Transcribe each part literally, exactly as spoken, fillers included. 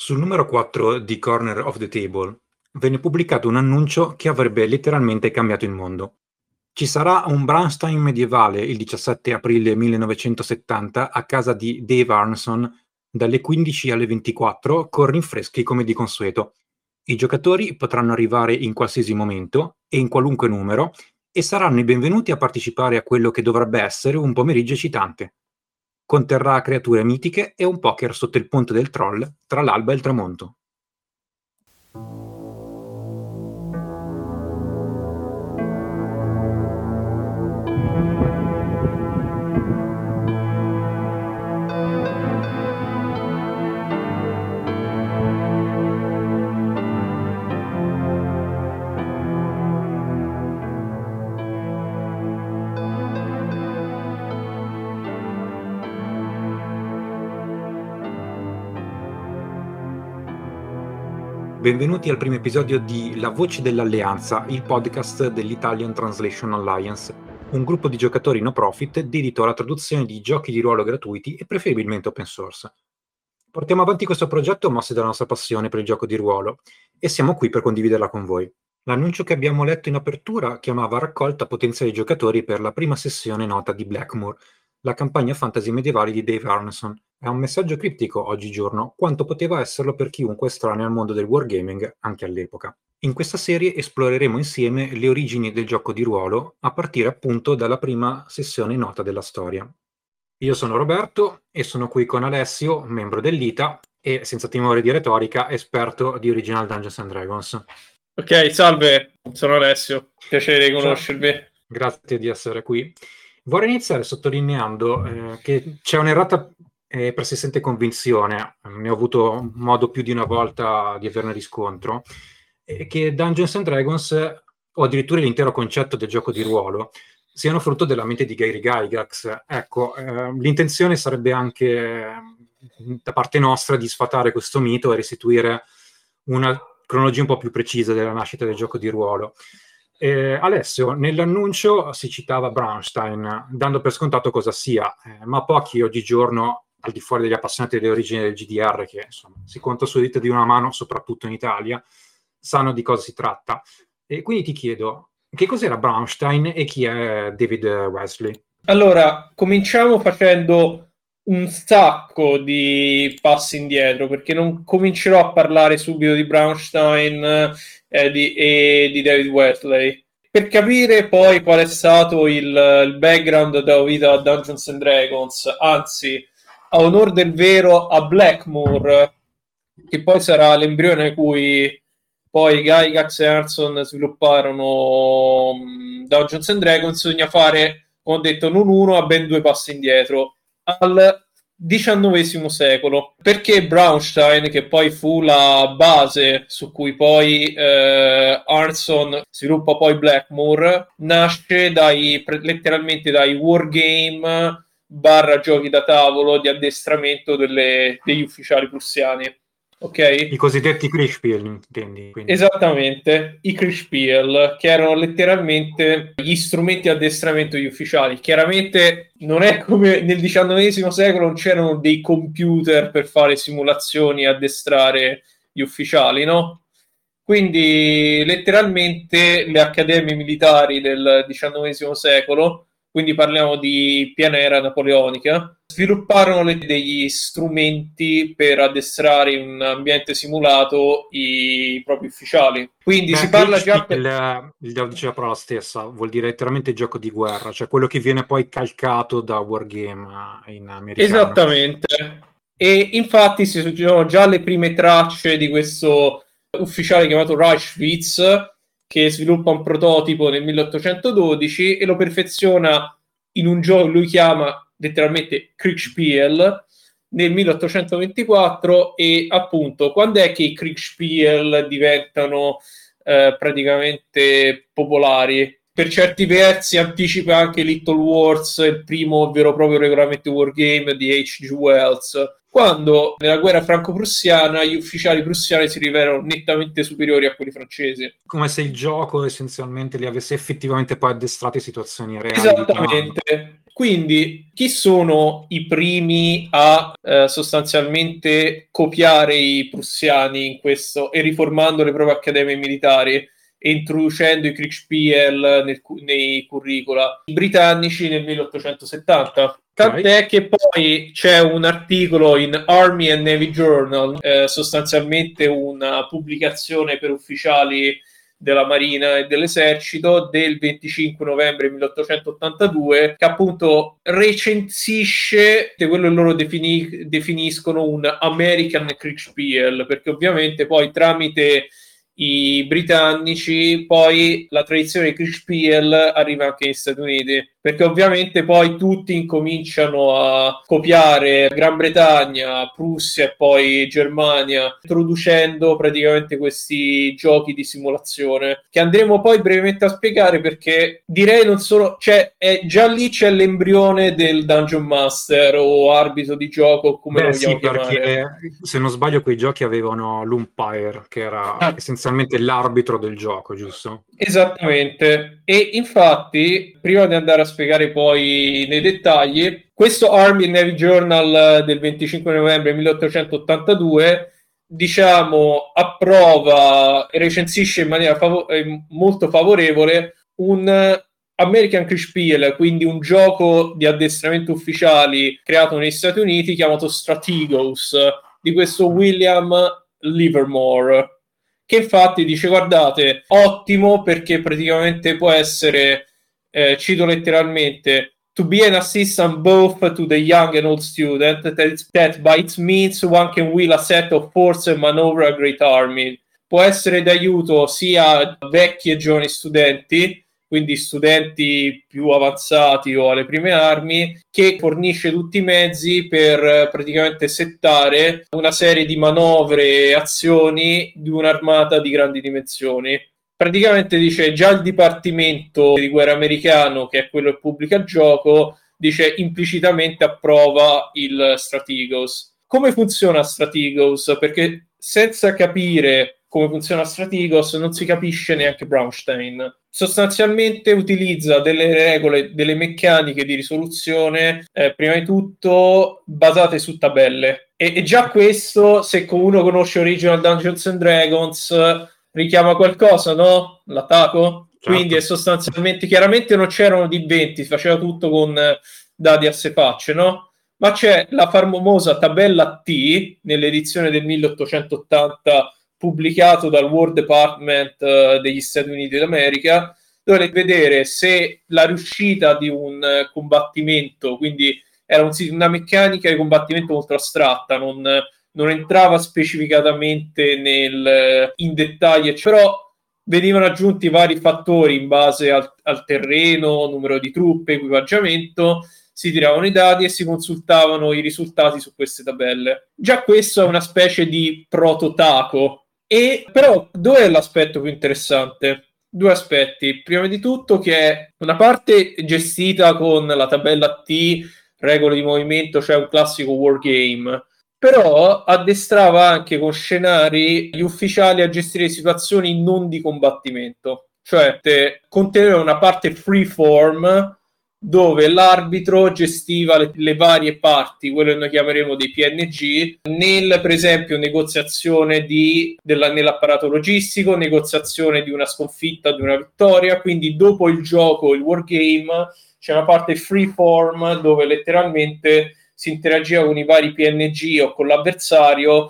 Sul numero quattro di Corner of the Table venne pubblicato un annuncio che avrebbe letteralmente cambiato il mondo. Ci sarà un Braunstein medievale il diciassette aprile millenovecentosettanta a casa di Dave Arneson dalle quindici alle ventiquattro con rinfreschi come di consueto. I giocatori potranno arrivare in qualsiasi momento e in qualunque numero e saranno i benvenuti a partecipare a quello che dovrebbe essere un pomeriggio eccitante. Conterrà creature mitiche e un poker sotto il ponte del troll tra l'alba e il tramonto. Benvenuti al primo episodio di La Voce dell'Alleanza, il podcast dell'Italian Translation Alliance, un gruppo di giocatori no profit dedito alla traduzione di giochi di ruolo gratuiti e preferibilmente open source. Portiamo avanti questo progetto mossi dalla nostra passione per il gioco di ruolo e siamo qui per condividerla con voi. L'annuncio che abbiamo letto in apertura chiamava a raccolta potenziali giocatori per la prima sessione nota di Blackmoor, la campagna fantasy medievale di Dave Arneson. È un messaggio criptico oggigiorno, quanto poteva esserlo per chiunque estraneo al mondo del wargaming anche all'epoca. In questa serie esploreremo insieme le origini del gioco di ruolo, a partire appunto dalla prima sessione nota della storia. Io sono Roberto e sono qui con Alessio, membro dell'I T A e, senza timore di retorica, esperto di Original Dungeons and Dragons. Ok, salve, sono Alessio, piacere di conoscervi. Ciao. Grazie di essere qui. Vorrei iniziare sottolineando eh, che c'è un'errata e persistente convinzione, ne ho avuto modo più di una volta di averne riscontro, eh, che Dungeons and Dragons, o addirittura l'intero concetto del gioco di ruolo, siano frutto della mente di Gary Gygax. Ecco, eh, l'intenzione sarebbe anche eh, da parte nostra di sfatare questo mito e restituire una cronologia un po' più precisa della nascita del gioco di ruolo. Eh, Alessio, nell'annuncio si citava Braunstein, dando per scontato cosa sia, eh, ma pochi oggigiorno, al di fuori degli appassionati delle origini del G D R, che insomma si conta sulle dita di una mano, soprattutto in Italia, sanno di cosa si tratta. E quindi ti chiedo, che cos'era Braunstein e chi è David Wesley? Allora, cominciamo facendo un sacco di passi indietro, perché non comincerò a parlare subito di Braunstein eh, di, e di David Wesley, per capire poi qual è stato il, il background della vita a Dungeons and Dragons, anzi, a onor del vero, a Blackmoor, che poi sarà l'embrione in cui poi Gygax e Arneson svilupparono um, Dungeons and Dragons. Bisogna fare, come ho detto, non uno, ma ben due passi indietro, al diciannovesimo secolo, perché Braunstein, che poi fu la base su cui poi eh, Arneson sviluppa poi Blackmoor, nasce dai, letteralmente dai wargame barra giochi da tavolo di addestramento delle, degli ufficiali prussiani. Okay. I cosiddetti Kriegspiel, intendi? Quindi. Esattamente, i Kriegspiel, che erano letteralmente gli strumenti di addestramento degli ufficiali. Chiaramente non è come nel diciannovesimo secolo, non c'erano dei computer per fare simulazioni e addestrare gli ufficiali, no? Quindi letteralmente le accademie militari del diciannovesimo secolo, quindi parliamo di piena era napoleonica, svilupparono le, degli strumenti per addestrare in un ambiente simulato i propri ufficiali. Quindi Beh, si parla già per... il, il dice la parola stessa, vuol dire letteralmente gioco di guerra, cioè quello che viene poi calcato da Wargame in americano. Esattamente. E infatti si sono già le prime tracce di questo ufficiale chiamato Reichwitz, che sviluppa un prototipo nel milleottocentododici e lo perfeziona in un gioco che lui chiama letteralmente Kriegspiel nel milleottocentoventiquattro. E appunto, quando è che i Kriegspiel diventano eh, praticamente popolari? Per certi versi anticipa anche Little Wars, il primo vero e proprio regolamento wargame di H G Wells, quando nella guerra franco-prussiana gli ufficiali prussiani si rivelano nettamente superiori a quelli francesi. Come se il gioco essenzialmente li avesse effettivamente poi addestrati in situazioni reali. Esattamente. Quindi chi sono i primi a eh, sostanzialmente copiare i prussiani in questo e riformando le proprie accademie militari e introducendo i Kriegspiel nel, nei curricula? I britannici nel milleottocentosettanta. Tant'è okay. che poi c'è un articolo in Army and Navy Journal, eh, sostanzialmente una pubblicazione per ufficiali della Marina e dell'Esercito del venticinque novembre milleottocentottantadue, che appunto recensisce quello che loro defini- definiscono un American Kriegspiel, perché ovviamente poi tramite i britannici poi la tradizione di Kriegspiel arriva anche negli Stati Uniti, perché ovviamente poi tutti incominciano a copiare Gran Bretagna, Prussia e poi Germania, introducendo praticamente questi giochi di simulazione che andremo poi brevemente a spiegare, perché direi non solo, cioè è, già lì c'è l'embrione del Dungeon Master o arbitro di gioco, come Beh, lo vogliamo sì, chiamare. Perché se non sbaglio quei giochi avevano l'umpire, che era ah. essenzialmente l'arbitro del gioco, giusto? Esattamente. E infatti, prima di andare a spiegare poi nei dettagli, questo Army and Navy Journal del venticinque novembre milleottocentottantadue, diciamo, approva e recensisce in maniera fav- molto favorevole un American Kriegspiel, quindi un gioco di addestramento ufficiali creato negli Stati Uniti chiamato Strategos, di questo William Livermore, che infatti dice: guardate, ottimo, perché praticamente può essere, eh, cito letteralmente, to be an assistant both to the young and old student, that, that by its means one can will a set of force and maneuver a great army. Può essere d'aiuto sia a vecchi e giovani studenti, quindi studenti più avanzati o alle prime armi, che fornisce tutti i mezzi per praticamente settare una serie di manovre e azioni di un'armata di grandi dimensioni. Praticamente dice già il Dipartimento di Guerra americano, che è quello che pubblica il gioco, dice implicitamente approva il Strategos. Come funziona Strategos? Perché senza capire come funziona Strategos non si capisce neanche Braunstein. Sostanzialmente utilizza delle regole, delle meccaniche di risoluzione, eh, prima di tutto basate su tabelle. E, e già questo, se uno conosce Original Dungeons and Dragons, richiama qualcosa, no? L'attacco? Certo. Quindi è sostanzialmente, chiaramente non c'erano D venti, si faceva tutto con dadi a sei facce, no? Ma c'è la famosa tabella T nell'edizione del milleottocentottanta, pubblicato dal War Department uh, degli Stati Uniti d'America, dove vedere se la riuscita di un uh, combattimento, quindi era un, una meccanica di combattimento molto astratta, non, non entrava specificatamente nel, in dettagli, però venivano aggiunti vari fattori in base al, al terreno, numero di truppe, equipaggiamento, si tiravano i dati e si consultavano i risultati su queste tabelle. Già questo è una specie di prototaco. E però dov'è l'aspetto più interessante? Due aspetti. Prima di tutto che è una parte gestita con la tabella T, regole di movimento, cioè un classico wargame, però addestrava anche con scenari gli ufficiali a gestire situazioni non di combattimento, cioè conteneva una parte freeform dove l'arbitro gestiva le, le varie parti, quello che noi chiameremo dei P N G, nel, per esempio, negoziazione di, della, nell'apparato logistico, negoziazione di una sconfitta, di una vittoria. Quindi dopo il gioco, il wargame, c'è una parte freeform dove letteralmente si interagiva con i vari P N G o con l'avversario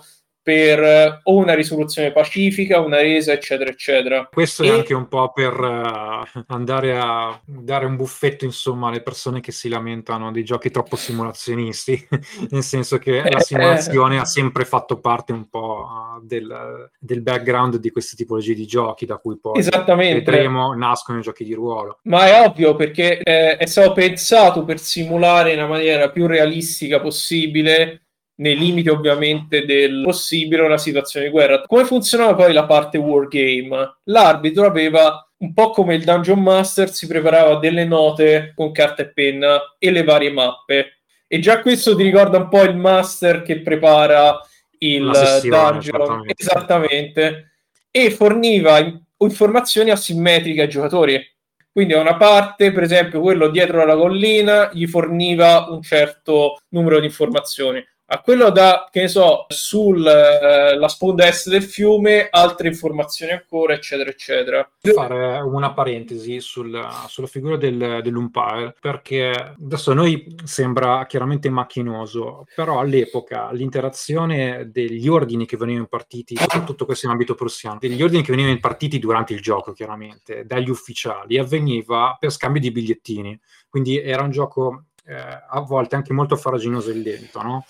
per o una risoluzione pacifica, una resa, eccetera, eccetera. Questo e... è anche un po' per uh, andare a dare un buffetto, insomma, alle persone che si lamentano di giochi troppo simulazionisti, nel senso che eh, la simulazione eh. ha sempre fatto parte un po' uh, del, del background di queste tipologie di giochi, da cui poi vedremo nascono i giochi di ruolo. Ma è ovvio, perché eh, è stato pensato per simulare in una maniera più realistica possibile, nei limiti ovviamente del possibile, una situazione di guerra. Come funzionava poi la parte wargame? L'arbitro aveva, un po' come il Dungeon Master, si preparava delle note con carta e penna e le varie mappe. E già questo ti ricorda un po' il Master che prepara il dungeon. Certamente. Esattamente. E forniva informazioni asimmetriche ai giocatori. Quindi a una parte, per esempio, quello dietro la collina gli forniva un certo numero di informazioni. A quello da, che ne so, sulla eh, sponda est del fiume, altre informazioni ancora, eccetera, eccetera. Fare una parentesi sul, sulla figura del, dell'umpire, perché adesso a noi sembra chiaramente macchinoso, però all'epoca l'interazione degli ordini che venivano impartiti, soprattutto questo in ambito prussiano, degli ordini che venivano impartiti durante il gioco, chiaramente, dagli ufficiali, avveniva per scambio di bigliettini. Quindi era un gioco Eh, a volte anche molto farraginoso e lento, no?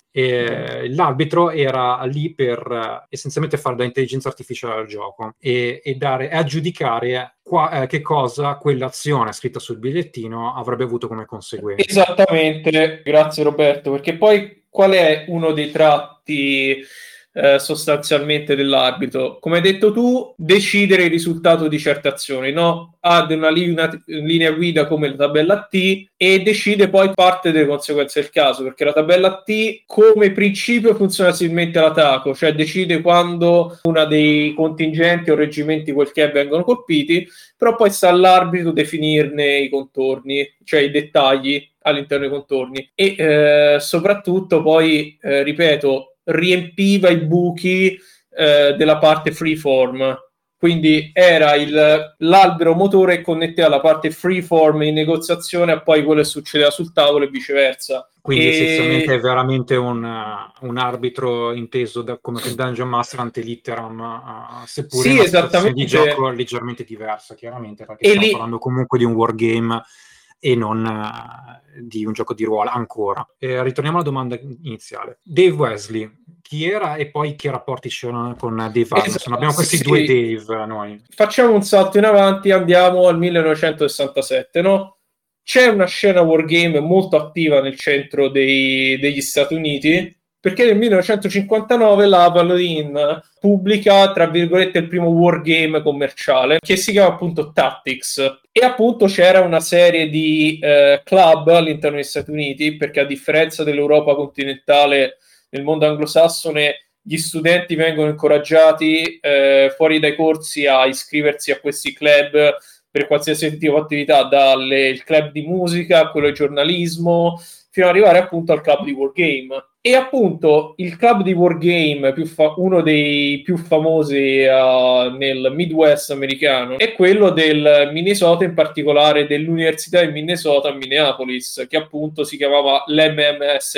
E l'arbitro era lì per eh, essenzialmente fare da intelligenza artificiale al gioco e, e dare e aggiudicare qua, eh, che cosa quell'azione scritta sul bigliettino avrebbe avuto come conseguenza. Esattamente, grazie Roberto, perché poi qual è uno dei tratti eh, sostanzialmente dell'arbitro? Come hai detto tu, decidere il risultato di certe azioni, no? Ha una, una, una linea guida come la tabella T e decide poi parte delle conseguenze del caso, perché la tabella T come principio funziona similmente all'Ataco, cioè decide quando una dei contingenti o reggimenti quel che è vengono colpiti, però poi sta all'arbitro definirne i contorni, cioè i dettagli all'interno dei contorni e eh, soprattutto poi, eh, ripeto, riempiva i buchi eh, della parte freeform. Quindi era il, l'albero motore che connetteva la parte freeform in negoziazione a poi quello che succedeva sul tavolo e viceversa. Quindi e... essenzialmente è veramente un, uh, un arbitro inteso da, come Dungeon Master ante litteram, uh, seppure sì, in una situazione di esattamente. gioco leggermente diversa, chiaramente, perché E stiamo lì... parlando comunque di un wargame e non uh, di un gioco di ruolo ancora. Eh, ritorniamo alla domanda iniziale. Dave Wesley, chi era e poi che rapporti c'erano con Dave Arneson? Esatto, abbiamo questi sì, due Dave noi. Facciamo un salto in avanti, andiamo al millenovecentosessantasette, no? C'è una scena wargame molto attiva nel centro dei, degli Stati Uniti, perché nel millenovecentocinquantanove la Paladin pubblica, tra virgolette, il primo wargame commerciale, che si chiama appunto Tactics. E appunto c'era una serie di eh, club all'interno degli Stati Uniti, perché a differenza dell'Europa continentale, nel mondo anglosassone, gli studenti vengono incoraggiati eh, fuori dai corsi a iscriversi a questi club per qualsiasi tipo di attività, dal club di musica a quello di giornalismo, fino ad arrivare appunto al club di wargame. E appunto il club di wargame, più fa- uno dei più famosi uh, nel Midwest americano, è quello del Minnesota, in particolare dell'Università di Minnesota a Minneapolis, che appunto si chiamava l'M M S A,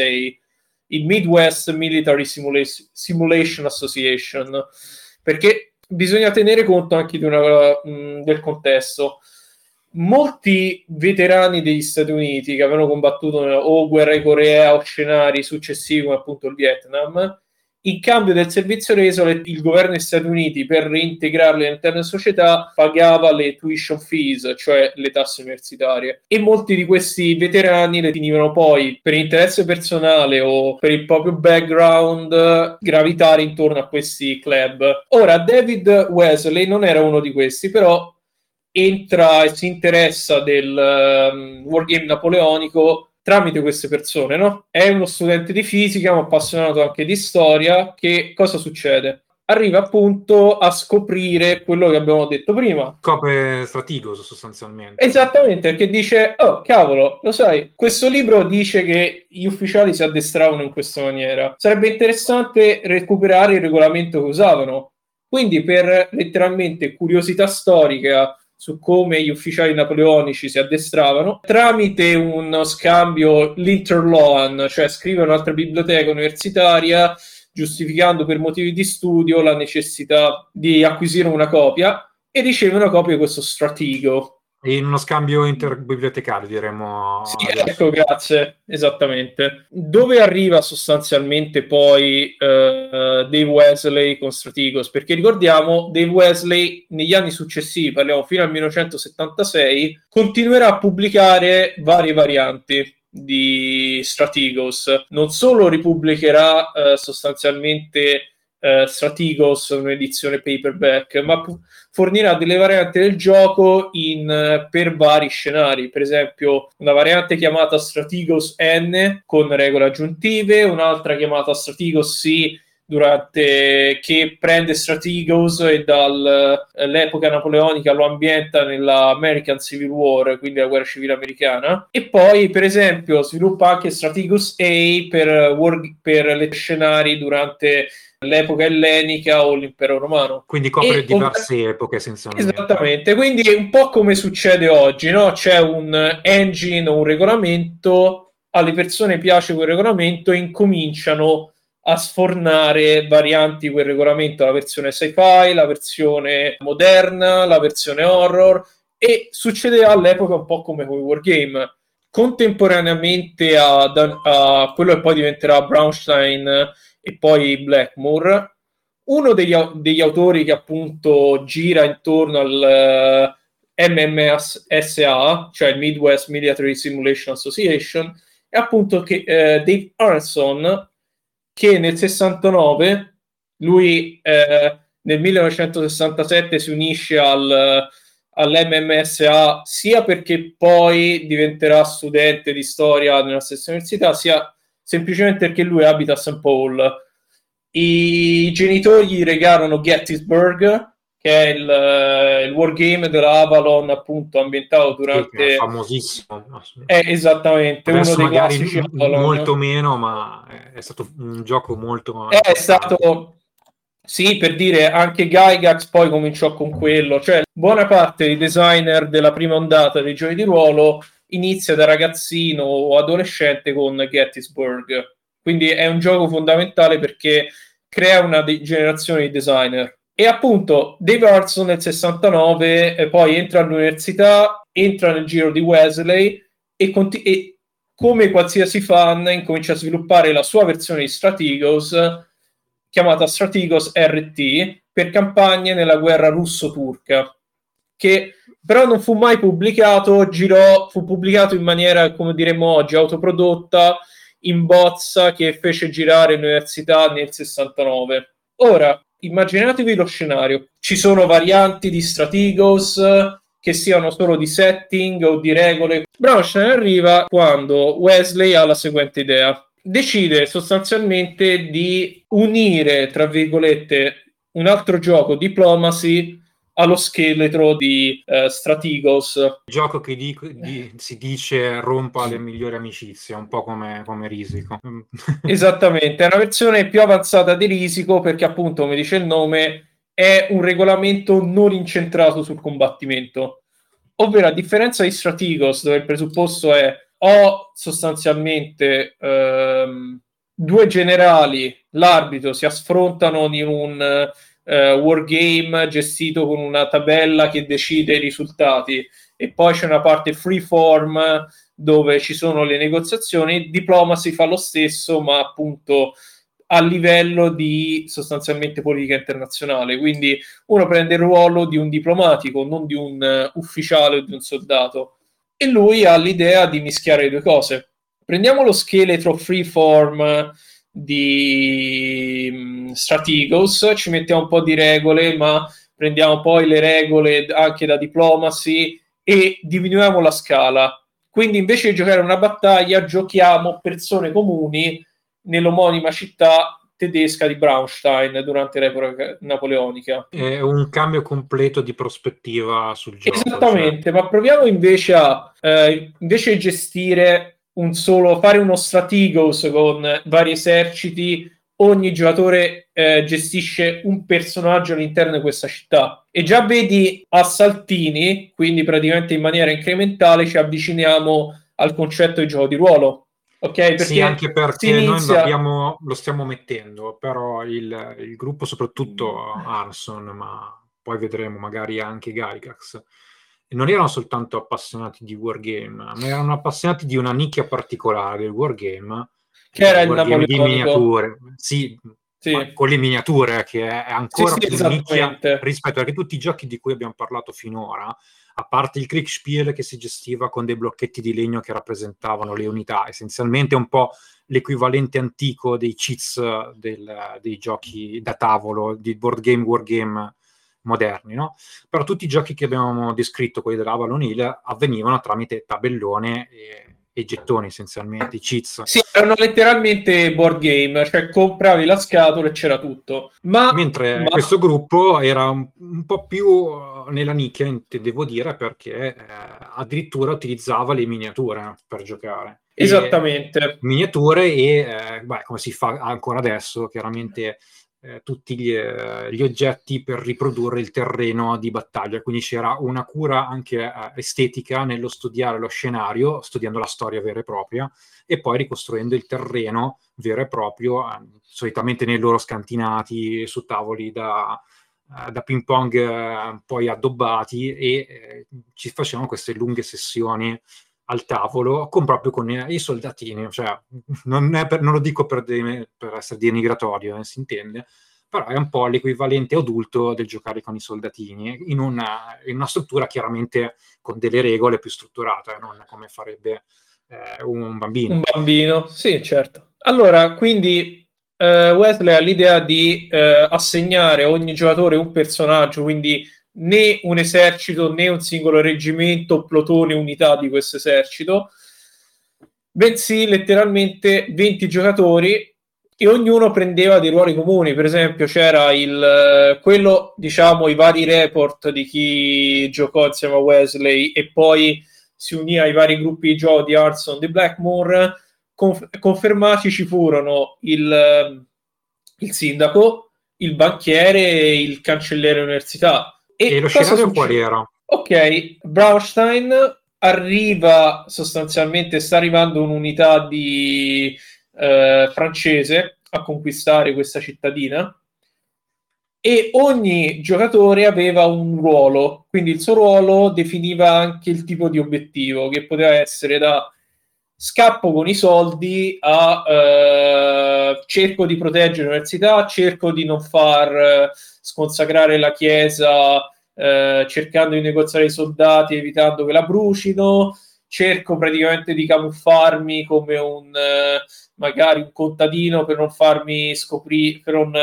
il Midwest Military Simula- Simulation Association, perché bisogna tenere conto anche di una, mh, del contesto. Molti veterani degli Stati Uniti che avevano combattuto o guerra di Corea o scenari successivi come appunto il Vietnam, in cambio del servizio reso il governo degli Stati Uniti, per reintegrarli all'interno della società, pagava le tuition fees, cioè le tasse universitarie, e molti di questi veterani le finivano poi per interesse personale o per il proprio background gravitare intorno a questi club. Ora David Wesley non era uno di questi, però entra e si interessa del um, wargame napoleonico tramite queste persone, no? È uno studente di fisica, ma appassionato anche di storia. Che cosa succede? Arriva appunto a scoprire quello che abbiamo detto prima. Scopre Stratigos sostanzialmente. Esattamente, perché dice, oh cavolo, lo sai, questo libro dice che gli ufficiali si addestravano in questa maniera. Sarebbe interessante recuperare il regolamento che usavano. Quindi per letteralmente curiosità storica su come gli ufficiali napoleonici si addestravano, tramite uno scambio l'interloan, cioè scrive un'altra biblioteca universitaria giustificando per motivi di studio la necessità di acquisire una copia, e riceve una copia di questo stratego. In uno scambio interbibliotecario, diremmo. Sì, ecco, grazie, esattamente. Dove arriva sostanzialmente poi uh, Dave Wesley con Stratigos? Perché ricordiamo, Dave Wesley negli anni successivi, parliamo fino al millenovecentosettantasei, continuerà a pubblicare varie varianti di Stratigos. Non solo ripubblicherà uh, sostanzialmente uh, Stratigos, un'edizione paperback, ma pu- fornirà delle varianti del gioco in, per vari scenari. Per esempio una variante chiamata Stratigos N con regole aggiuntive, un'altra chiamata Stratigos C durante che prende Strategos e dall'epoca napoleonica lo ambienta nella American Civil War, quindi la guerra civile americana, e poi per esempio sviluppa anche Strategos A per, war, per le scenari durante l'epoca ellenica o l'impero romano. Quindi copre e, diverse ov- epoche essenzialmente. Esattamente, quindi è un po' come succede oggi, no? C'è un engine o un regolamento, alle persone piace quel regolamento e incominciano a sfornare varianti di quel regolamento, la versione sci-fi, la versione moderna, la versione horror, e succedeva all'epoca un po' come con i wargame. Contemporaneamente a, a quello che poi diventerà Braunstein e poi Blackmore, uno degli, degli autori che appunto gira intorno al uh, M M S A, cioè il Midwest Military Simulation Association, è appunto che, uh, Dave Arneson, che nel sessantanove, lui eh, nel millenovecentosessantasette si unisce al, all'M M S A sia perché poi diventerà studente di storia nella stessa università, sia semplicemente perché lui abita a Saint Paul. I genitori gli regalano Gettysburg, che è il, il wargame della Avalon, appunto ambientato durante... Sì, è famosissimo. È esattamente adesso uno dei magari classici m- Avalon. molto meno, ma è stato un gioco molto è importante. stato... Sì, per dire, anche Gygax poi cominciò con quello, cioè buona parte dei designer della prima ondata dei giochi di ruolo inizia da ragazzino o adolescente con Gettysburg, quindi è un gioco fondamentale perché crea una de- generazione di designer. E appunto Dave Arneson nel sessantanove eh, poi entra all'università, entra nel giro di Wesley e, conti- e come qualsiasi fan incomincia a sviluppare la sua versione di Strategos, chiamata Strategos R T, per campagne nella guerra russo-turca, che però non fu mai pubblicato, girò, fu pubblicato in maniera, come diremmo oggi, autoprodotta, in bozza, che fece girare l'università nel sessantanove. Ora, immaginatevi lo scenario. Ci sono varianti di Strategos che siano solo di setting o di regole. Braunstein arriva quando Wesley ha la seguente idea. Decide sostanzialmente di unire, tra virgolette, un altro gioco, Diplomacy, allo scheletro di uh, Strategos. Il gioco che di, di, si dice rompa le migliori amicizie, un po' come, come Risico. Esattamente, è una versione più avanzata di Risico perché appunto, come dice il nome, è un regolamento non incentrato sul combattimento. Ovvero, a differenza di Strategos, dove il presupposto è ho sostanzialmente ehm, due generali, l'arbitro, si affrontano in un eh, wargame gestito con una tabella che decide i risultati, e poi c'è una parte freeform dove ci sono le negoziazioni. Diplomacy fa lo stesso, ma appunto a livello di sostanzialmente politica internazionale, quindi uno prende il ruolo di un diplomatico, non di un uh, ufficiale o di un soldato, e lui ha l'idea di mischiare le due cose. Prendiamo lo scheletro freeform di um, Strategos, ci mettiamo un po' di regole, ma prendiamo poi le regole anche da Diplomacy e diminuiamo la scala. Quindi invece di giocare una battaglia giochiamo persone comuni nell'omonima città tedesca di Braunstein durante l'epoca napoleonica. È un cambio completo di prospettiva sul gioco. Esattamente, cioè. ma proviamo invece a eh, invece di gestire un solo, fare uno Strategos con vari eserciti, ogni giocatore eh, gestisce un personaggio all'interno di questa città. E già vedi a saltini, quindi praticamente in maniera incrementale, ci avviciniamo al concetto di gioco di ruolo. Ok, perché sì, anche perché inizia... noi abbiamo, lo stiamo mettendo, però il, il gruppo, soprattutto Arneson, ma poi vedremo magari anche Gygax, non erano soltanto appassionati di wargame, ma erano appassionati di una nicchia particolare del wargame, che era il wargame di napoleonico. miniature, sì, Sì. ma con le miniature, che è ancora sì, sì, più nicchia rispetto, perché tutti i giochi di cui abbiamo parlato finora, a parte il Kriegspiel che si gestiva con dei blocchetti di legno che rappresentavano le unità, essenzialmente un po' l'equivalente antico dei cheats del, dei giochi da tavolo, di board game, wargame moderni, no? Però tutti i giochi che abbiamo descritto, quelli dell'Avalon Hill, avvenivano tramite tabellone e, i gettoni essenzialmente, i cheats. Sì, erano letteralmente board game, cioè compravi la scatola e c'era tutto. Ma, Mentre ma... questo gruppo era un, un po' più nella nicchia, devo dire, perché eh, addirittura utilizzava le miniature per giocare. Esattamente. E miniature e, eh, beh, come si fa ancora adesso, chiaramente eh, tutti gli, eh, gli oggetti per riprodurre il terreno di battaglia. Quindi c'era una cura anche eh, estetica nello studiare lo scenario, studiando la storia vera e propria, e poi ricostruendo il terreno vero e proprio, eh, solitamente nei loro scantinati, su tavoli da, eh, da ping pong eh, poi addobbati, e eh, ci facevano queste lunghe sessioni al tavolo con proprio con i, i soldatini, cioè non, è per, non lo dico per, de, per essere denigratorio, eh, si intende, però è un po' l'equivalente adulto del giocare con i soldatini in una, in una struttura chiaramente con delle regole più strutturate, eh, non come farebbe eh, un bambino. Un bambino, sì, certo. Allora, quindi eh, Wesley ha l'idea di eh, assegnare a ogni giocatore un personaggio, quindi né un esercito né un singolo reggimento, plotone, unità di questo esercito, bensì letteralmente venti giocatori, e ognuno prendeva dei ruoli comuni. Per esempio c'era il quello, diciamo, i vari report di chi giocò insieme a Wesley e poi si unì ai vari gruppi di gioco di Hearthstone di Blackmoor. Conf- confermati ci furono il, il sindaco, il banchiere e il cancelliere università. E, e lo cosa scenario succede? qual era? Ok, Braunstein arriva sostanzialmente, sta arrivando un'unità di eh, francese a conquistare questa cittadina, e ogni giocatore aveva un ruolo, quindi il suo ruolo definiva anche il tipo di obiettivo, che poteva essere da scappo con i soldi a eh, cerco di proteggere l'università, cerco di non far eh, sconsacrare la chiesa eh, cercando di negoziare i soldati evitando che la brucino, cerco praticamente di camuffarmi come un eh, magari un contadino per non farmi scoprire, per non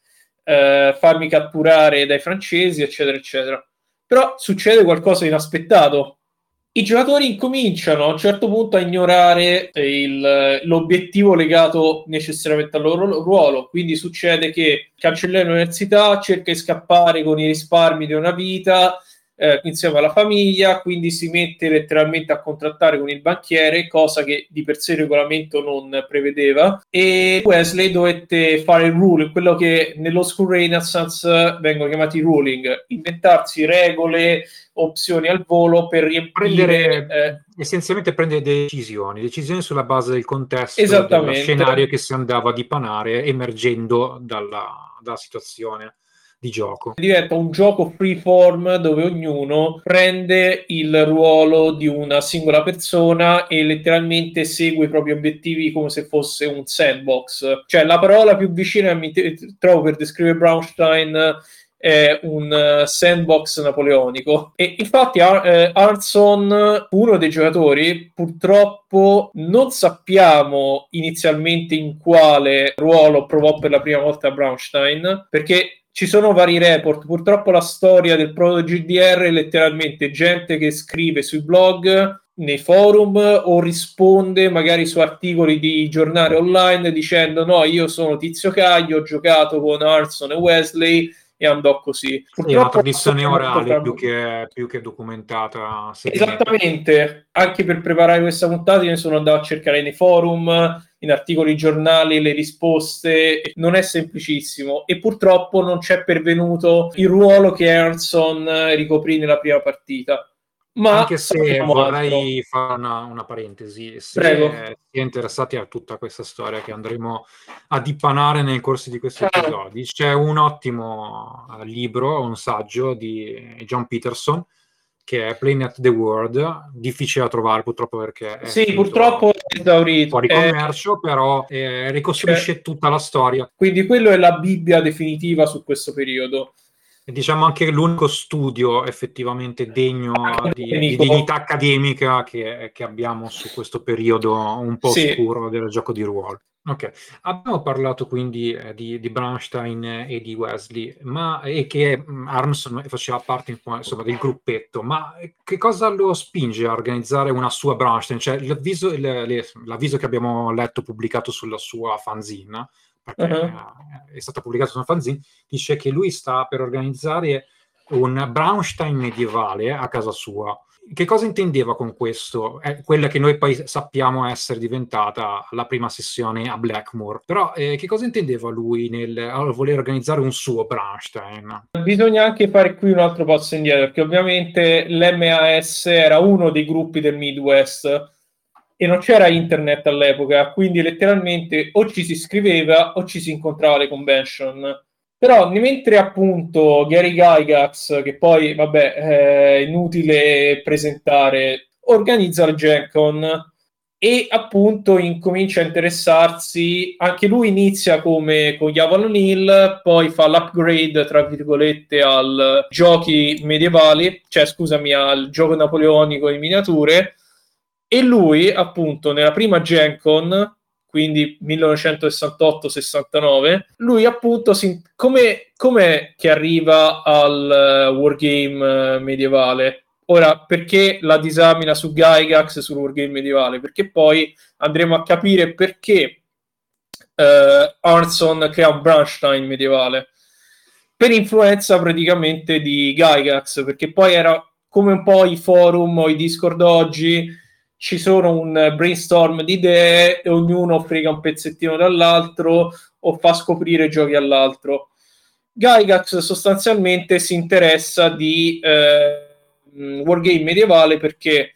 eh, farmi catturare dai francesi, eccetera, eccetera. Però succede qualcosa di inaspettato. I giocatori incominciano a un certo punto a ignorare il, l'obiettivo legato necessariamente al loro ruolo. Quindi succede che il cancelliere dell'università cerca di scappare con i risparmi di una vita eh, insieme alla famiglia, quindi si mette letteralmente a contrattare con il banchiere, cosa che di per sé il regolamento non prevedeva, e Wesley dovette fare il ruling, quello che nello School Renaissance vengono chiamati ruling, inventarsi regole, opzioni al volo per riempire Prendere, eh, essenzialmente prendere decisioni, decisioni sulla base del contesto, dello esattamente. scenario che si andava a dipanare emergendo dalla, dalla situazione di gioco. Diventa un gioco freeform dove ognuno prende il ruolo di una singola persona e letteralmente segue i propri obiettivi come se fosse un sandbox. Cioè, la parola più vicina che mi t- trovo per descrivere Braunstein è un sandbox napoleonico. E infatti Ar- eh, Hearthstone, uno dei giocatori, purtroppo non sappiamo inizialmente in quale ruolo provò per la prima volta Braunstein, perché ci sono vari report. Purtroppo la storia del proto G D R è letteralmente gente che scrive sui blog, nei forum, o risponde magari su articoli di giornale online dicendo no, io sono Tizio Caio, ho giocato con Hearthstone e Wesley e andò così. Sì, è una Purtroppo tradizione orale fra... più che, più che documentata. Esattamente, anche per preparare questa puntata ne sono andato a cercare nei forum, in articoli giornali, le risposte. Non è semplicissimo e purtroppo non c'è pervenuto il ruolo che Hearthstone ricoprì nella prima partita. Ma Anche se vorrei altro. fare una, una parentesi, se Prego. si è interessati a tutta questa storia che andremo a dipanare nel corso di questi episodi, c'è un ottimo libro, un saggio di John Peterson che è Playing at the World, difficile da trovare purtroppo perché è Sì, purtroppo è esaurito. fuori commercio, eh, però eh, ricostruisce cioè, tutta la storia. Quindi quello è la Bibbia definitiva su questo periodo. È, diciamo, anche l'unico studio effettivamente degno di, di dignità accademica che, che abbiamo su questo periodo un po' sì. oscuro del gioco di ruolo. Ok, abbiamo parlato quindi eh, di, di Braunstein e di Wesley, ma e che mh, Armstrong faceva parte insomma, del gruppetto, ma che cosa lo spinge a organizzare una sua Braunstein? Cioè l'avviso, il, le, l'avviso che abbiamo letto pubblicato sulla sua fanzine, perché uh-huh. è stato pubblicato su una fanzine, dice che lui sta per organizzare un Braunstein medievale a casa sua. Che cosa intendeva con questo? È quella che noi poi sappiamo essere diventata la prima sessione a Blackmoor. Però eh, che cosa intendeva lui nel allora, voler organizzare un suo Braunstein? Bisogna anche fare qui un altro passo indietro, perché ovviamente l'M A S era uno dei gruppi del Midwest e non c'era internet all'epoca, quindi letteralmente o ci si scriveva o ci si incontrava alle convention. Però mentre appunto Gary Gygax, che poi vabbè è inutile presentare, organizza il Gen Con e appunto incomincia a interessarsi, anche lui inizia come con Avalon Hill, poi fa l'upgrade tra virgolette al giochi medievali, cioè scusami al gioco napoleonico in miniature, e lui appunto nella prima Gen Con, quindi millenovecentosessantotto sessantanove, lui appunto si, come com'è che arriva al uh, wargame uh, medievale? Ora, perché la disamina su Gygax sul wargame medievale? Perché poi andremo a capire perché uh, Arneson crea un Braunstein medievale per influenza praticamente di Gygax, perché poi era come un po' i forum o i Discord oggi, ci sono un brainstorm di idee e ognuno frega un pezzettino dall'altro o fa scoprire giochi all'altro. Gygax sostanzialmente si interessa di eh, wargame medievale perché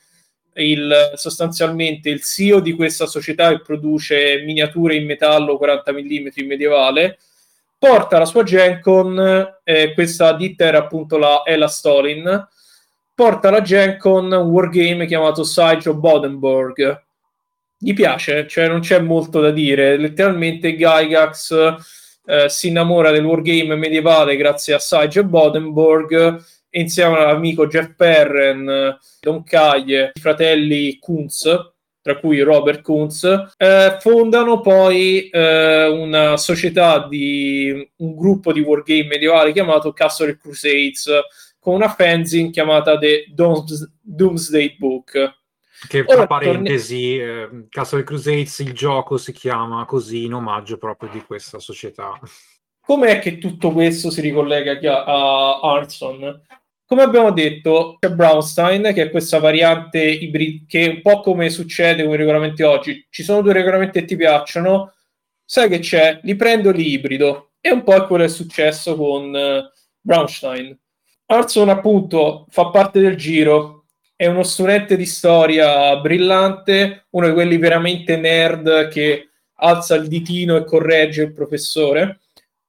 il, sostanzialmente il C E O di questa società che produce miniature in metallo quaranta millimetri medievale porta la sua Gen Con, eh, questa ditta era appunto la Ela Stolin, porta la Gen Con un wargame chiamato Siege of Bodenborg. Gli piace, cioè non c'è molto da dire, letteralmente Gygax eh, si innamora del wargame medievale grazie a Siege of Bodenborg e insieme all'amico Jeff Perren, Don Caille, i fratelli Kunz, tra cui Robert Kunz, eh, fondano poi eh, una società di un gruppo di wargame medievali chiamato Castle Crusades, con una fanzine chiamata The Dooms- Doomsday Book. Che tra parentesi, torni... eh, Castle Crusades, il gioco si chiama così in omaggio proprio di questa società. Com'è che tutto questo si ricollega a Arneson? Come abbiamo detto, c'è Braunstein, che è questa variante ibrida, che è un po' come succede con i regolamenti oggi. Ci sono due regolamenti che ti piacciono, sai che c'è, li prendo, li ibrido. E un po' è quello che è successo con uh, Braunstein. Arneson, appunto, fa parte del giro, è uno studente di storia brillante, uno di quelli veramente nerd che alza il ditino e corregge il professore.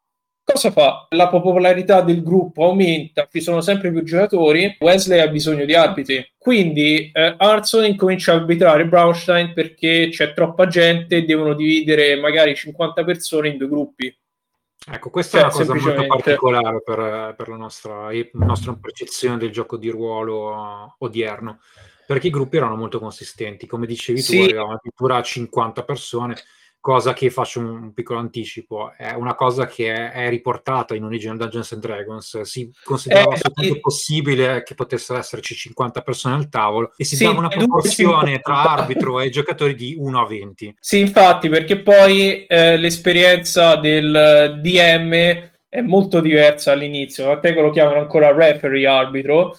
Cosa fa? La popolarità del gruppo aumenta, ci sono sempre più giocatori, Wesley ha bisogno di arbitri, quindi eh, Arneson incomincia a arbitrare Braunstein perché c'è troppa gente e devono dividere magari cinquanta persone in due gruppi. Ecco, questa cioè, è una cosa molto particolare per, per la, nostra, la nostra percezione del gioco di ruolo odierno, perché i gruppi erano molto consistenti, come dicevi sì. tu, avevamo addirittura cinquanta persone, cosa che, faccio un piccolo anticipo, è una cosa che è, è riportata in Original Dungeons and Dragons, si considerava eh, soltanto eh, possibile che potessero esserci cinquanta persone al tavolo e si sì, dava una proporzione tra arbitro e giocatori di uno a venti. Sì, infatti, perché poi eh, l'esperienza del D M è molto diversa all'inizio, a te che lo chiamano ancora referee arbitro,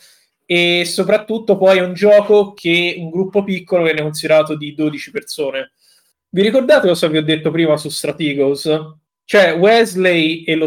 e soprattutto poi è un gioco che un gruppo piccolo viene considerato di dodici persone. Vi ricordate cosa vi ho detto prima su Strategos? Cioè Wesley e lo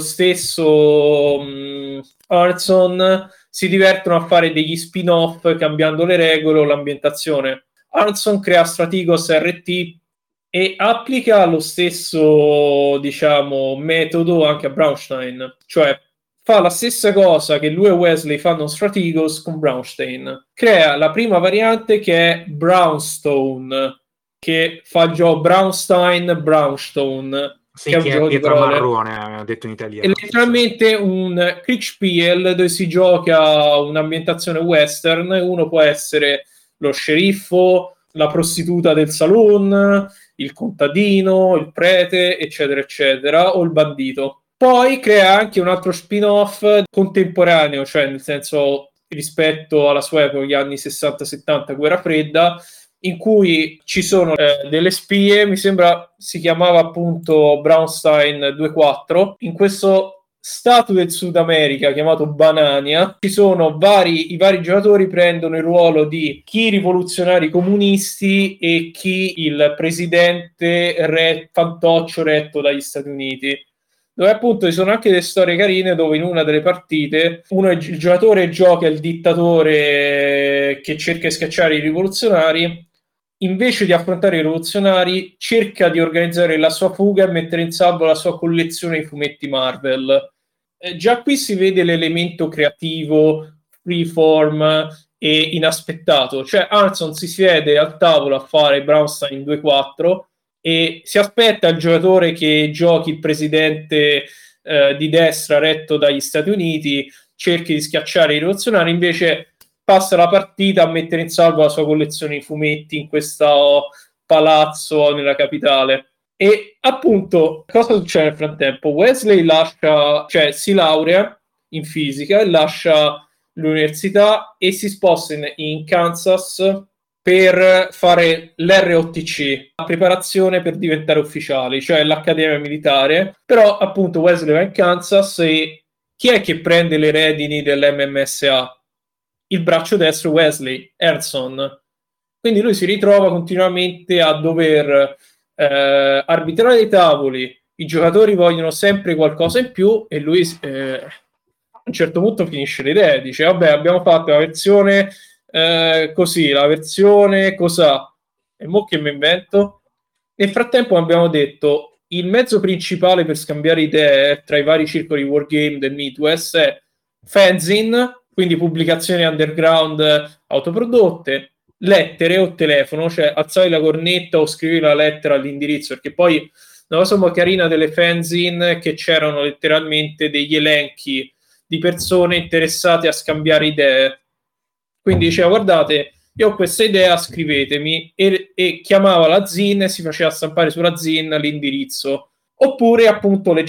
stesso um, Arneson si divertono a fare degli spin-off cambiando le regole o l'ambientazione. Arneson crea Strategos R T e applica lo stesso, diciamo, metodo anche a Braunstein. Cioè fa la stessa cosa che lui e Wesley fanno in Strategos con Braunstein. Crea la prima variante che è Brownstone, che fa il gioco Braunstein Brownstone, Sì, che è un che è gioco di pietra parole. marrone, detto in È italiano. letteralmente un Kriegspiel dove si gioca un'ambientazione western e uno può essere lo sceriffo, la prostituta del saloon, il contadino, il prete, eccetera, eccetera, o il bandito. Poi crea anche un altro spin-off contemporaneo, cioè nel senso rispetto alla sua epoca, gli anni sessanta settanta, guerra fredda, in cui ci sono eh, delle spie, mi sembra si chiamava appunto Braunstein ventiquattro. In questo stato del Sud America chiamato Banania ci sono vari, i vari giocatori prendono il ruolo di chi rivoluzionari comunisti e chi il presidente re, fantoccio retto dagli Stati Uniti, dove appunto ci sono anche delle storie carine dove in una delle partite uno, il giocatore gioca il dittatore che cerca di schiacciare i rivoluzionari, invece di affrontare i rivoluzionari cerca di organizzare la sua fuga e mettere in salvo la sua collezione di fumetti Marvel. Eh, già qui si vede l'elemento creativo, freeform e inaspettato, cioè Hanson si siede al tavolo a fare Braunstein due quattro e si aspetta il giocatore che giochi il presidente eh, di destra retto dagli Stati Uniti, cerchi di schiacciare i rivoluzionari, invece passa la partita a mettere in salvo la sua collezione di fumetti in questo palazzo nella capitale. E appunto, cosa succede nel frattempo? Wesley lascia, cioè si laurea in fisica e lascia l'università e si sposta in, in Kansas per fare l'R O T C, la preparazione per diventare ufficiali, cioè l'accademia militare. Però appunto Wesley va in Kansas e chi è che prende le redini dell'M M S A? Il braccio destro Wesley, Erson. Quindi lui si ritrova continuamente a dover eh, arbitrare i tavoli, i giocatori vogliono sempre qualcosa in più e lui eh, a un certo punto finisce le idee, dice vabbè abbiamo fatto la versione eh, così, la versione cos'ha, e mo che mi invento? Nel frattempo abbiamo detto il mezzo principale per scambiare idee tra i vari circoli wargame del Midwest è fanzine, quindi pubblicazioni underground autoprodotte, lettere o telefono, cioè alzavi la cornetta o scrivi la lettera all'indirizzo, perché poi una cosa molto carina delle fanzine è che c'erano letteralmente degli elenchi di persone interessate a scambiare idee. Quindi diceva guardate, io ho questa idea, scrivetemi, e, e chiamava la zin e si faceva stampare sulla zin l'indirizzo. Oppure appunto le,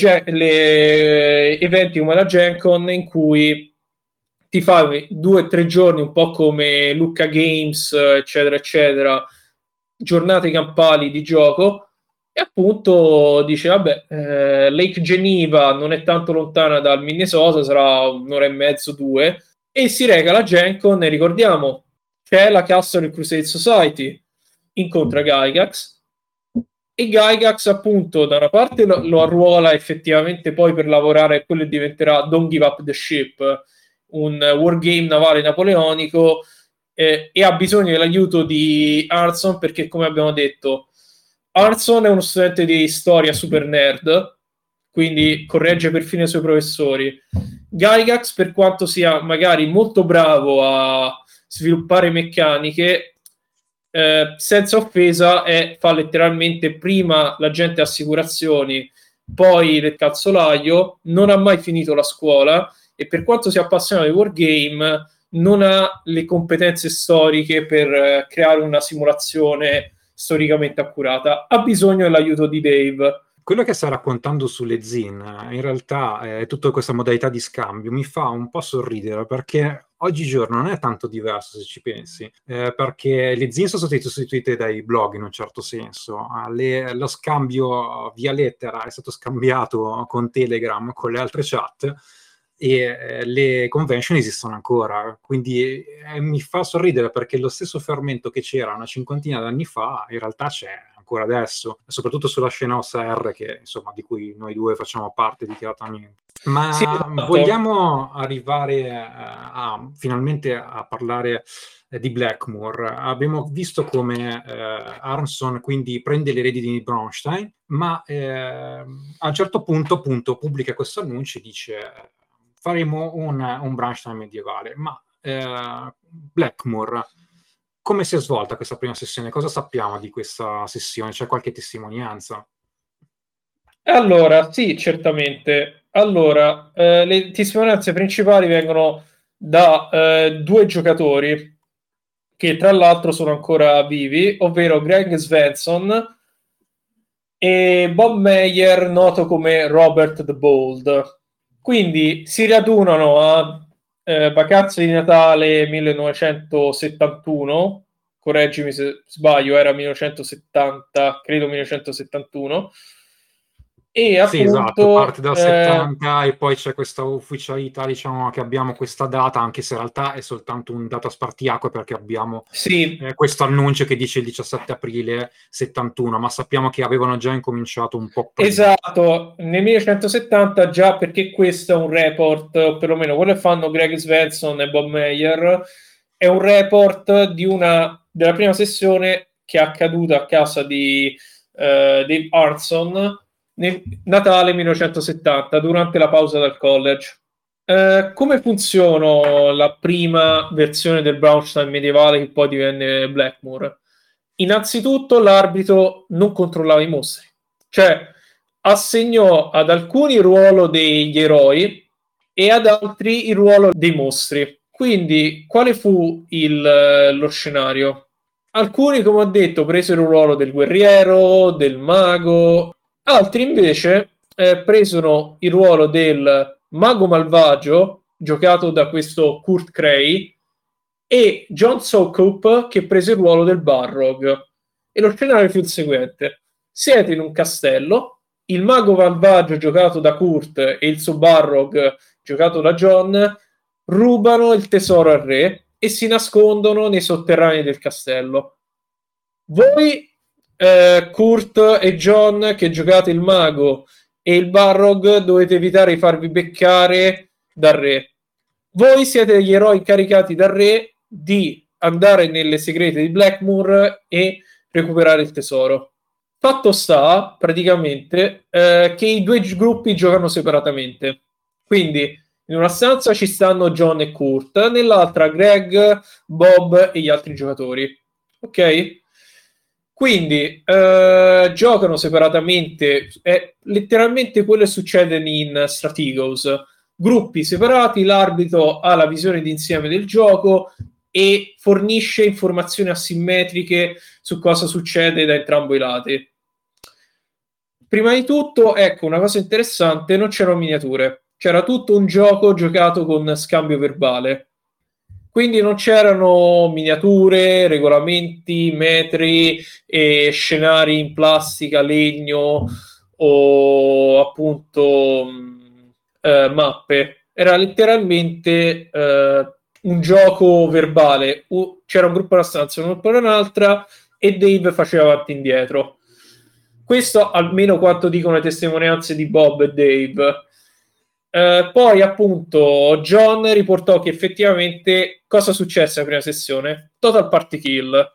le eventi come la Gen Con in cui ti fai due o tre giorni un po' come Lucca Games eccetera eccetera, giornate campali di gioco, e appunto dice vabbè eh, Lake Geneva non è tanto lontana dal Minnesota, sarà un'ora e mezzo, due, e si reca alla Gen Con e ricordiamo c'è la Castle Crusade Society, incontra Gygax e Gygax appunto da una parte lo, lo arruola effettivamente poi per lavorare, quello diventerà Don't Give Up the Ship, un wargame navale napoleonico, eh, e ha bisogno dell'aiuto di Arson perché come abbiamo detto Arson è uno studente di storia super nerd, quindi corregge perfino i suoi professori. Gygax, per quanto sia magari molto bravo a sviluppare meccaniche, eh, senza offesa, è, fa letteralmente prima l'agente assicurazioni, poi il calzolaio, non ha mai finito la scuola e per quanto sia appassionato di wargame non ha le competenze storiche per eh, creare una simulazione storicamente accurata. Ha bisogno dell'aiuto di Dave. Quello che stai raccontando sulle zin, in realtà, è tutta questa modalità di scambio mi fa un po' sorridere perché oggigiorno non è tanto diverso se ci pensi, eh, perché le zin sono state sostituite dai blog in un certo senso. Le, lo scambio via lettera è stato scambiato con Telegram, con le altre chat, e eh, le convention esistono ancora, quindi eh, mi fa sorridere perché lo stesso fermento che c'era una cinquantina d'anni fa in realtà c'è ancora adesso, soprattutto sulla scena O S R che insomma di cui noi due facciamo parte dichiaratamente. Ma sì, esatto. vogliamo arrivare a, a finalmente a parlare eh, di Blackmoor. Abbiamo visto come eh, Arnson quindi prende le redini di Braunstein, ma eh, a un certo punto appunto pubblica questo annuncio e dice faremo un, un Braunstein medievale, ma eh, Blackmoor, come si è svolta questa prima sessione? Cosa sappiamo di questa sessione? C'è qualche testimonianza? Allora, sì, certamente. Allora, eh, le testimonianze principali vengono da eh, due giocatori che tra l'altro sono ancora vivi, ovvero Greg Svensson e Bob Meyer, noto come Robert the Bold. Quindi si radunano a eh, vacanze di Natale millenovecentosettantuno, correggimi se sbaglio, era millenovecentosettanta, credo millenovecentosettantuno, e Sì, esatto, parte appunto dal eh, settanta e poi c'è questa ufficialità, diciamo, che abbiamo questa data, anche se in realtà è soltanto un dato spartiacque perché abbiamo sì, eh, questo annuncio che dice il diciassette aprile settantuno, ma sappiamo che avevano già incominciato un po' prima. esatto, nel millenovecentosettanta già, perché questo è un report, o perlomeno quello che fanno Greg Svensson e Bob Meyer, è un report di una, della prima sessione che è accaduta a casa di eh, Dave Arnson nel Natale millenovecentosettanta, durante la pausa dal college. Eh, come funziona la prima versione del Braunstein medievale che poi divenne Blackmore? Innanzitutto l'arbitro non controllava i mostri, cioè assegnò ad alcuni il ruolo degli eroi e ad altri il ruolo dei mostri. Quindi, quale fu il, lo scenario? Alcuni, come ho detto, presero il ruolo del guerriero, del mago, altri invece eh, presero il ruolo del mago malvagio, giocato da questo Kurt Cray, e John Sokup, che prese il ruolo del Barrog. E lo scenario fu il seguente: siete in un castello, il mago malvagio giocato da Kurt e il suo Barrog giocato da John rubano il tesoro al re e si nascondono nei sotterranei del castello. Voi, eh, Kurt e John, che giocate il mago e il Barrog, dovete evitare di farvi beccare dal re. Voi siete gli eroi incaricati dal re di andare nelle segrete di Blackmoor e recuperare il tesoro. Fatto sta, praticamente, eh, che i due gruppi giocano separatamente. Quindi, in una stanza ci stanno John e Kurt, nell'altra Greg, Bob e gli altri giocatori. Ok? Quindi eh, giocano separatamente, è letteralmente quello che succede in Strategos. Gruppi separati, l'arbitro ha la visione d'insieme del gioco e fornisce informazioni asimmetriche su cosa succede da entrambi i lati. Prima di tutto, ecco, una cosa interessante, non c'erano miniature, c'era tutto un gioco giocato con scambio verbale. Quindi non c'erano miniature, regolamenti, metri e scenari in plastica, legno o appunto mh, eh, mappe. Era letteralmente eh, un gioco verbale. U- c'era un gruppo in una stanza, un gruppo in un'altra e Dave faceva avanti e indietro. Questo almeno quanto dicono le testimonianze di Bob e Dave. Eh, poi appunto John riportò che effettivamente cosa successe alla prima sessione? Total party kill.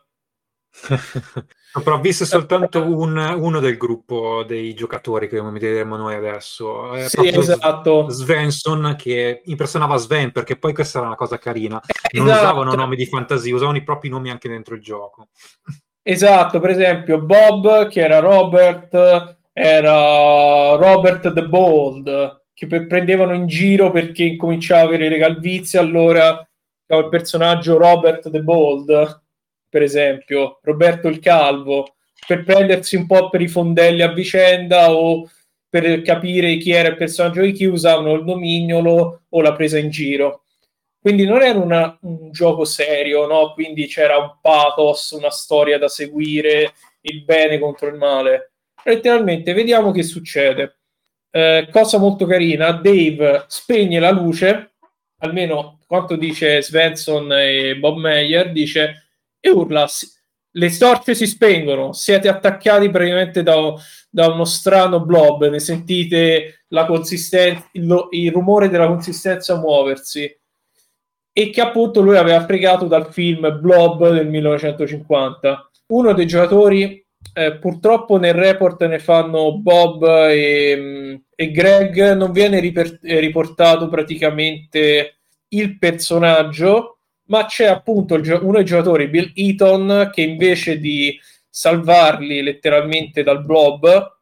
Però ho visto soltanto un- uno del gruppo dei giocatori che vedremo noi adesso, è Sì, proprio S- esatto. Svensson che impersonava Sven, perché poi questa era una cosa carina, non usavano Esatto. nomi di fantasia, usavano i propri nomi anche dentro il gioco. Esatto, per esempio Bob che era Robert, era Robert the Bold, che pe- prendevano in giro perché incominciava a avere le calvizie, allora il personaggio Robert the Bold, per esempio, Roberto il Calvo, per prendersi un po' per i fondelli a vicenda o per capire chi era il personaggio di chi usavano il nomignolo o la presa in giro. Quindi non era una, un gioco serio, no? Quindi c'era un pathos, una storia da seguire, il bene contro il male. Letteralmente, vediamo che succede. Eh, cosa molto carina, Dave spegne la luce, almeno quanto dice Svensson e Bob Meyer, dice e urla, le torce si spengono, siete attaccati praticamente da, da uno strano blob, ne sentite la consistenza, il, il rumore della consistenza muoversi, e che appunto lui aveva fregato dal film Blob del millenovecentocinquanta. Uno dei giocatori, eh, purtroppo nel report ne fanno Bob e, e Greg, non viene riper- riportato praticamente il personaggio, ma c'è appunto il, uno dei giocatori, Bill Eaton, che invece di salvarli letteralmente dal blob,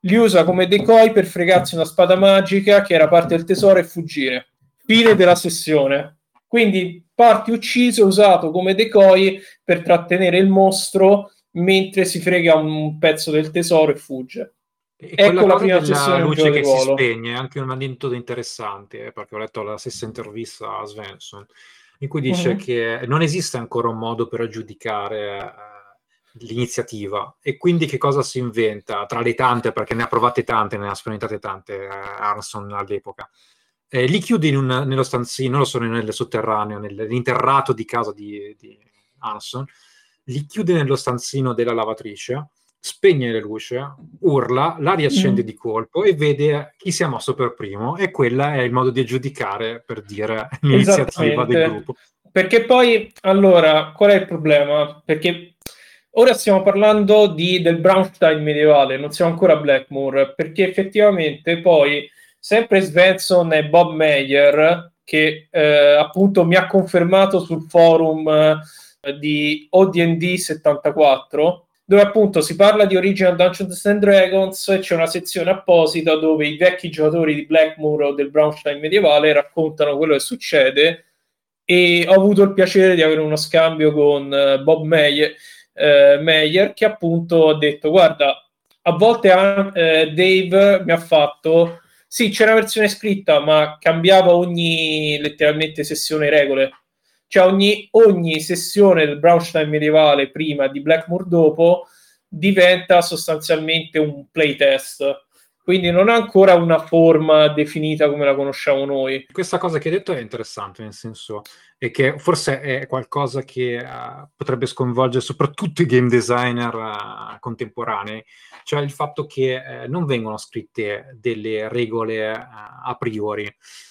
li usa come decoy per fregarsi una spada magica che era parte del tesoro e fuggire. Fine della sessione. Quindi parti ucciso e usato come decoy per trattenere il mostro mentre si frega un pezzo del tesoro e fugge. E Ecco quella la cosa prima della sessione di un luce gioco che di si ruolo. spegne è anche un aneddoto interessante, eh, perché ho letto la stessa intervista a Svensson, in cui dice Mhm. che non esiste ancora un modo per aggiudicare eh, l'iniziativa, e quindi che cosa si inventa tra le tante, perché ne ha provate tante, ne ha sperimentate tante eh, Arneson all'epoca. Eh, li chiude in un, nello stanzino, non lo so, nel sotterraneo, nell'interrato di casa di, di Arneson, li chiude nello stanzino della lavatrice, spegne le luci, urla, la riaccende Mm. di colpo e vede chi si è mosso per primo, e quella è il modo di aggiudicare, per dire, l'iniziativa del Esattamente. gruppo. Perché poi, allora, qual è il problema? Perché ora stiamo parlando di, del Braunstein medievale, non siamo ancora a Blackmoor, perché effettivamente poi sempre Svensson e Bob Meyer, che eh, appunto mi ha confermato sul forum eh, di O D and D settantaquattro, dove appunto si parla di Original Dungeons and Dragons e c'è una sezione apposita dove i vecchi giocatori di Blackmoor o del Braunstein medievale raccontano quello che succede, e ho avuto il piacere di avere uno scambio con uh, Bob Meyer, uh, Meyer, che appunto ha detto: guarda, a volte uh, Dave mi ha fatto, sì, c'è una versione scritta, ma cambiava ogni letteralmente sessione regole. Cioè ogni, ogni sessione del Braunstein medievale prima di Blackmoor dopo diventa sostanzialmente un playtest, quindi non ha ancora una forma definita come la conosciamo noi. Questa cosa che hai detto è interessante, nel senso è che forse è qualcosa che uh, potrebbe sconvolgere soprattutto i game designer uh, contemporanei, cioè il fatto che uh, non vengono scritte delle regole uh, a priori.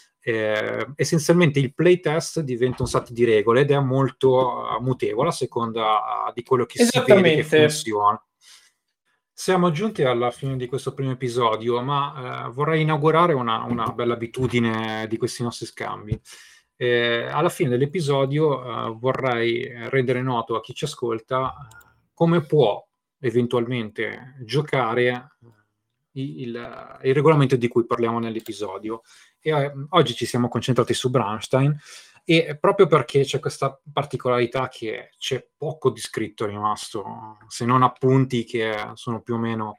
Eh, essenzialmente il playtest diventa un set di regole ed è molto uh, mutevole a seconda uh, di quello che si vede che Esattamente. funziona. Siamo giunti alla fine di questo primo episodio, ma eh, vorrei inaugurare una, una bella abitudine di questi nostri scambi. Eh, alla fine dell'episodio eh, vorrei rendere noto a chi ci ascolta eh, come può eventualmente giocare il, il, il regolamento di cui parliamo nell'episodio. E, eh, oggi ci siamo concentrati su Braunstein, e proprio perché c'è questa particolarità che c'è poco di scritto rimasto, se non appunti che sono più o meno...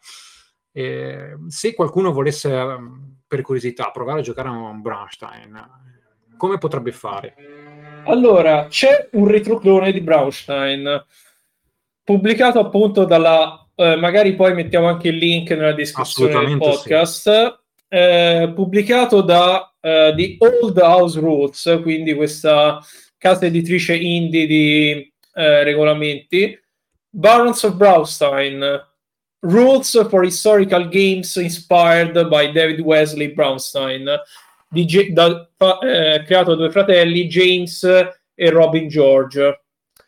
Eh, se qualcuno volesse, per curiosità, provare a giocare a un Braunstein, come potrebbe fare? Allora, c'è un retroclone di Braunstein pubblicato appunto dalla, eh, magari poi mettiamo anche il link nella descrizione del Assolutamente sì. podcast, eh, pubblicato da eh, The Old House Rules, quindi questa casa editrice indie di eh, regolamenti. Barons of Braunstein, Rules for Historical Games Inspired by David Wesley Braunstein, di, da, eh, creato da due fratelli, James e Robin George,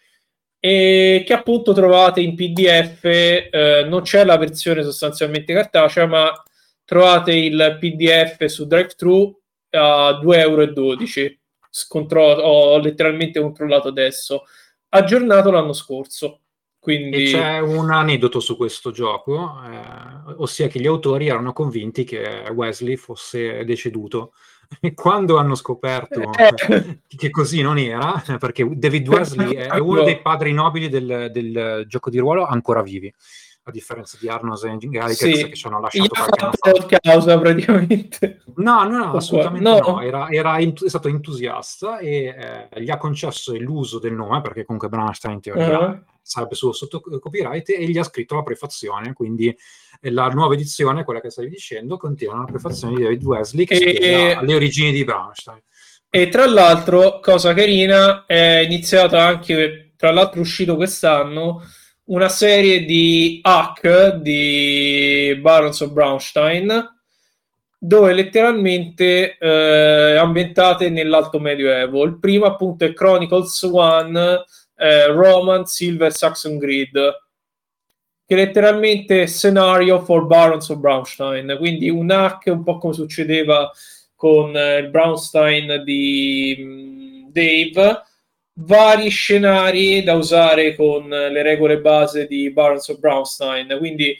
e che appunto trovate in P D F. Eh, non c'è la versione sostanzialmente cartacea, ma trovate il P D F su DriveThru a due euro e dodici. Scontro- ho letteralmente controllato adesso, aggiornato l'anno scorso. E Quindi c'è un aneddoto su questo gioco, eh, ossia che gli autori erano convinti che Wesley fosse deceduto. E quando hanno scoperto eh, che così non era, perché David Wesley è uno dei padri nobili del, del gioco di ruolo ancora vivi, a differenza di Arnos e Gygax, che sì, ci hanno gli lasciato ha qualche anno fatto fa. il causa praticamente. No, no, no, O qua- assolutamente no. no? Era, era ent- è stato entusiasta e eh, gli ha concesso l'uso del nome, perché comunque Braunstein in teoria Uh-huh. sarebbe solo sotto copyright, e gli ha scritto la prefazione. Quindi eh, la nuova edizione, quella che stavi dicendo, contiene una prefazione di David Wesley che spiega E, le origini di Braunstein. e tra l'altro, cosa carina, è iniziata anche, tra l'altro uscito quest'anno, una serie di hack di Barons of Braunstein, dove letteralmente eh, ambientate nell'Alto Medioevo. Il primo appunto è Chronicles One, eh, Roman Silver Saxon Grid, che letteralmente è scenario for Barons of Braunstein, quindi un hack un po' come succedeva con eh, il Braunstein di mh, Dave, vari scenari da usare con le regole base di Barons of Braunstein, quindi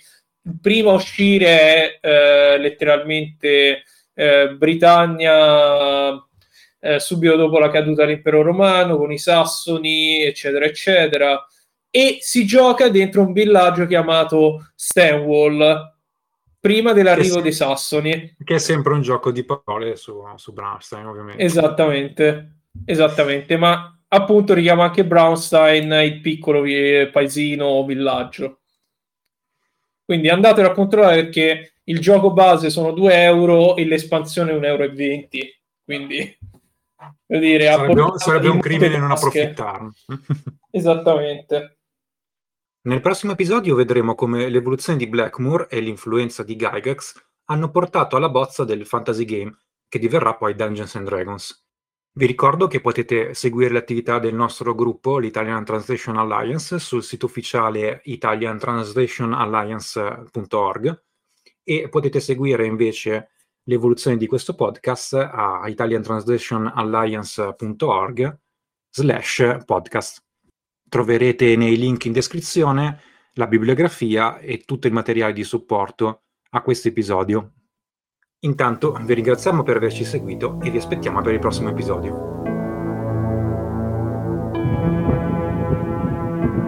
il primo a uscire è eh, letteralmente eh, Britannia eh, subito dopo la caduta dell'impero romano con i Sassoni eccetera eccetera, e si gioca dentro un villaggio chiamato Stonewall prima dell'arrivo che, dei Sassoni, che è sempre un gioco di parole su, su Braunstein, ovviamente. Esattamente, esattamente, ma appunto richiama anche Braunstein, il piccolo vi- paesino o villaggio. Quindi andatelo a controllare perché il gioco base sono due euro e l'espansione è un euro e venti. Quindi, devo dire, a Sarebbe, un- portata sarebbe di un molte crimine non tasche. approfittarne. Esattamente. Nel prossimo episodio vedremo come l'evoluzione di Blackmoor e l'influenza di Gygax hanno portato alla bozza del fantasy game che diverrà poi Dungeons and Dragons. Vi ricordo che potete seguire le attività del nostro gruppo, l'Italian Translation Alliance, sul sito ufficiale italian translation alliance punto org, e potete seguire invece l'evoluzione di questo podcast a italian translation alliance punto org slash podcast. Troverete nei link in descrizione la bibliografia e tutto il materiale di supporto a questo episodio. Intanto vi ringraziamo per averci seguito e vi aspettiamo per il prossimo episodio.